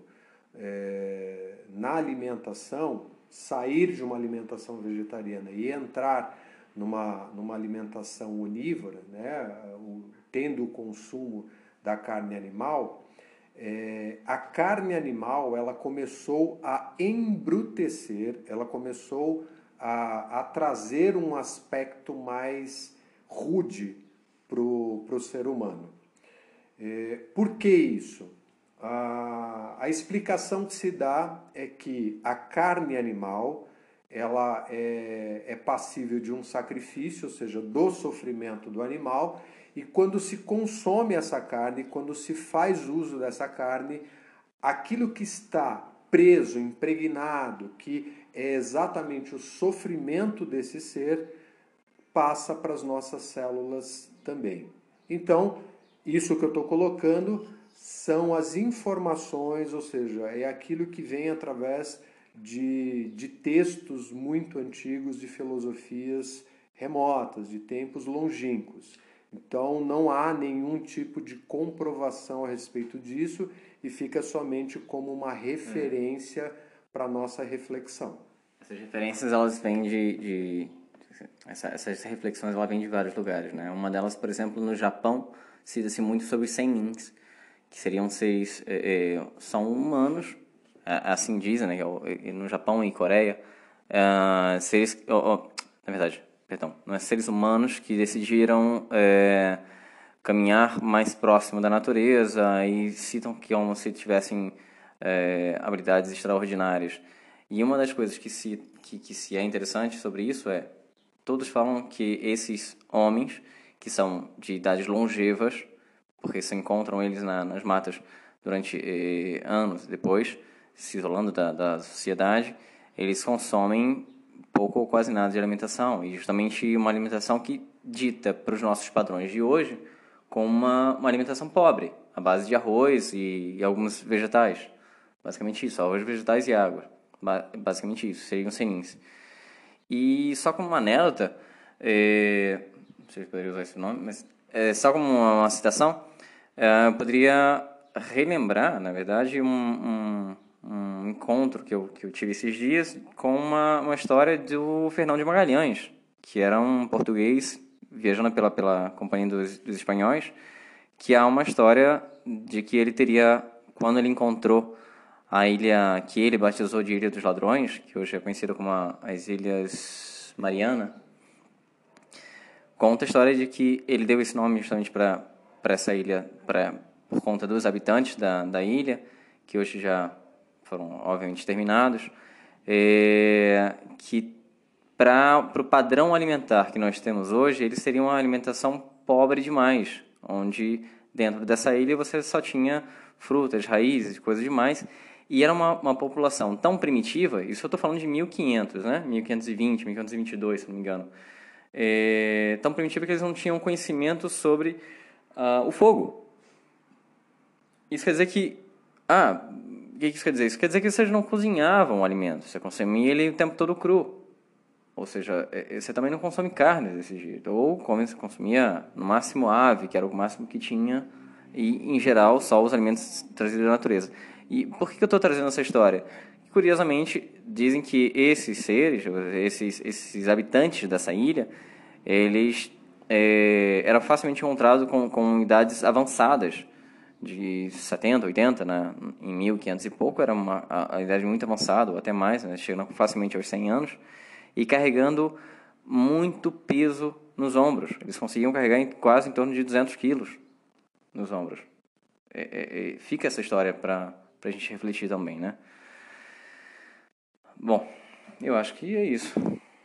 na alimentação, sair de uma alimentação vegetariana e entrar numa alimentação onívora, né, tendo o consumo da carne animal, a carne animal ela começou a embrutecer, ela começou a trazer um aspecto mais rude para o ser humano. Por que isso? A explicação que se dá é que a carne animal ela é passível de um sacrifício, ou seja, do sofrimento do animal, e quando se consome essa carne, quando se faz uso dessa carne, aquilo que está preso, impregnado, que é exatamente o sofrimento desse ser, passa para as nossas células também. Então, isso que eu estou colocando são as informações, ou seja, é aquilo que vem através de textos muito antigos, de filosofias remotas, de tempos longínquos. Então, não há nenhum tipo de comprovação a respeito disso e fica somente como uma referência para a nossa reflexão. Essas referências, elas vêm essas reflexões, elas vêm de vários lugares, né? Uma delas, por exemplo, no Japão, cita-se muito sobre os senins, que seriam são humanos, assim dizem, né? No Japão e Coreia, seres... na verdade, perdão, não é seres humanos que decidiram caminhar mais próximo da natureza e citam que como se tivessem habilidades extraordinárias. E uma das coisas que se é interessante sobre isso todos falam que esses homens, que são de idades longevas, porque se encontram eles nas matas durante anos depois, se isolando da sociedade, eles consomem pouco ou quase nada de alimentação, e justamente uma alimentação que dita para os nossos padrões de hoje como uma alimentação pobre, à base de arroz e alguns vegetais. Basicamente isso, arroz, vegetais e água. Basicamente isso, seriam senins. E só como uma anedota, não sei se eu poderia usar esse nome, mas só como uma citação, eu poderia relembrar, na verdade, um encontro que eu tive esses dias com uma história do Fernão de Magalhães, que era um português viajando pela companhia dos espanhóis, que há uma história de que ele teria, quando ele encontrou a ilha que ele batizou de Ilha dos Ladrões, que hoje é conhecida como as Ilhas Mariana, conta a história de que ele deu esse nome justamente para essa ilha por conta dos habitantes da ilha, que hoje já foram, obviamente, exterminados, que para o padrão alimentar que nós temos hoje, eles teriam uma alimentação pobre demais, onde dentro dessa ilha você só tinha frutas, raízes, coisas demais, e era uma população tão primitiva, isso eu estou falando de 1500, né? 1520, 1522, se não me engano, tão primitiva que eles não tinham conhecimento sobre o fogo. Isso quer dizer que... o que isso quer dizer? Isso quer dizer que vocês não cozinhavam o alimento, você consumia ele o tempo todo cru. Ou seja, você também não consome carne desse jeito. Ou você consumia, no máximo, ave, que era o máximo que tinha, e, em geral, só os alimentos trazidos da natureza. E por que eu estou trazendo essa história? Curiosamente, dizem que esses seres, esses habitantes dessa ilha, eles eram facilmente encontrados com idades avançadas, de 70, 80, né? Em 1500 e pouco, era a idade muito avançada, ou até mais, né? Chegando facilmente aos 100 anos, e carregando muito peso nos ombros. Eles conseguiam carregar quase em torno de 200 quilos nos ombros. Fica essa história para a gente refletir também, né? Bom, eu acho que é isso.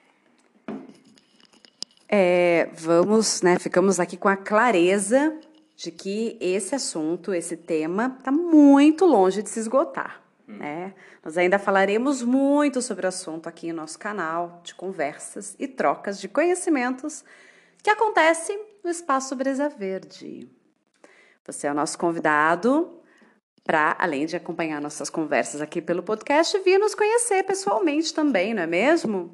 Vamos, né? Ficamos aqui com a clareza de que esse assunto, esse tema, está muito longe de se esgotar. Né? Nós ainda falaremos muito sobre o assunto aqui no nosso canal de conversas e trocas de conhecimentos que acontece no Espaço Brisa Verde. Você é o nosso convidado para, além de acompanhar nossas conversas aqui pelo podcast, vir nos conhecer pessoalmente também, não é mesmo?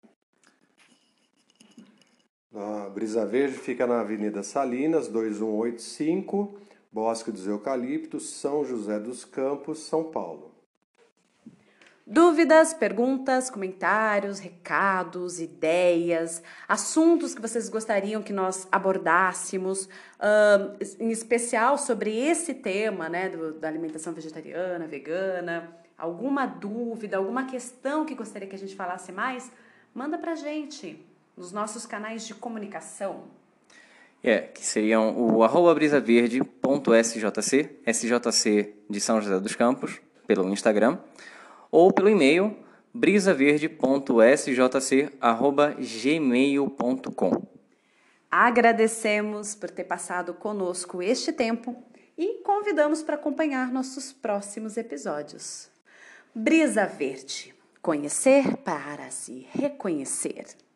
A Brisa Verde fica na Avenida Salinas, 2185, Bosque dos Eucaliptos, São José dos Campos, São Paulo. Dúvidas, perguntas, comentários, recados, ideias, assuntos que vocês gostariam que nós abordássemos, em especial sobre esse tema, né, da alimentação vegetariana, vegana, alguma dúvida, alguma questão que gostaria que a gente falasse mais, manda pra gente nos nossos canais de comunicação. Que seriam o @brisaverde.sjc, SJC de São José dos Campos, pelo Instagram, ou pelo e-mail brisaverde.sjc@gmail.com. Agradecemos por ter passado conosco este tempo e convidamos para acompanhar nossos próximos episódios. Brisa Verde, conhecer para se reconhecer.